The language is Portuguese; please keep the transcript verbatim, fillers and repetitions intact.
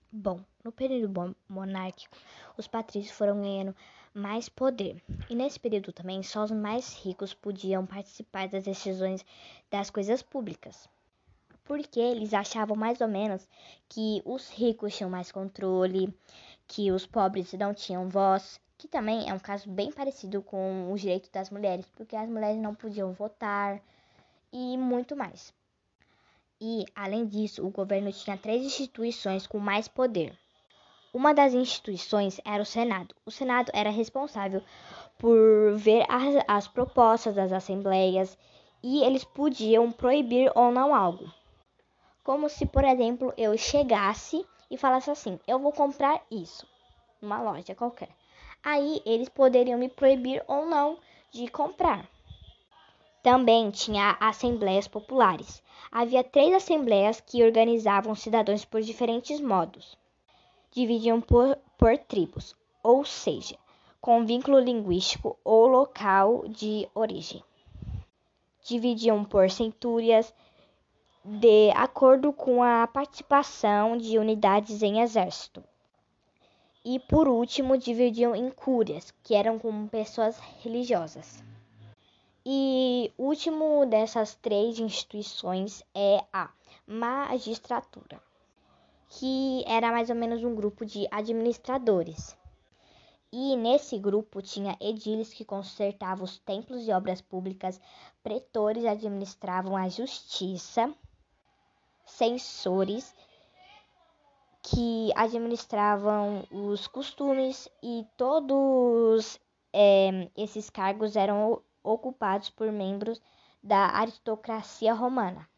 Bom, no período bom- monárquico, os patrícios foram ganhando mais poder. E nesse período também, só os mais ricos podiam participar das decisões das coisas públicas. Porque eles achavam mais ou menos que os ricos tinham mais controle, que os pobres não tinham voz, que também é um caso bem parecido com os direitos das mulheres, porque as mulheres não podiam votar e muito mais. E, além disso, o governo tinha três instituições com mais poder. Uma das instituições era o Senado. O Senado era responsável por ver as, as propostas das assembleias e eles podiam proibir ou não algo. Como se, por exemplo, eu chegasse e falasse assim: eu vou comprar isso numa loja qualquer. Aí eles poderiam me proibir ou não de comprar. Também tinha assembleias populares. Havia três assembleias que organizavam os cidadãos por diferentes modos. Dividiam por, por tribos, ou seja, com vínculo linguístico ou local de origem. Dividiam por centúrias, de acordo com a participação de unidades em exército. E, por último, dividiam em cúrias, que eram com pessoas religiosas. E o último dessas três instituições é a magistratura, que era mais ou menos um grupo de administradores. E nesse grupo tinha ediles que consertavam os templos e obras públicas, pretores administravam a justiça, censores que administravam os costumes e todos é, esses cargos eram ocupados por membros da aristocracia romana.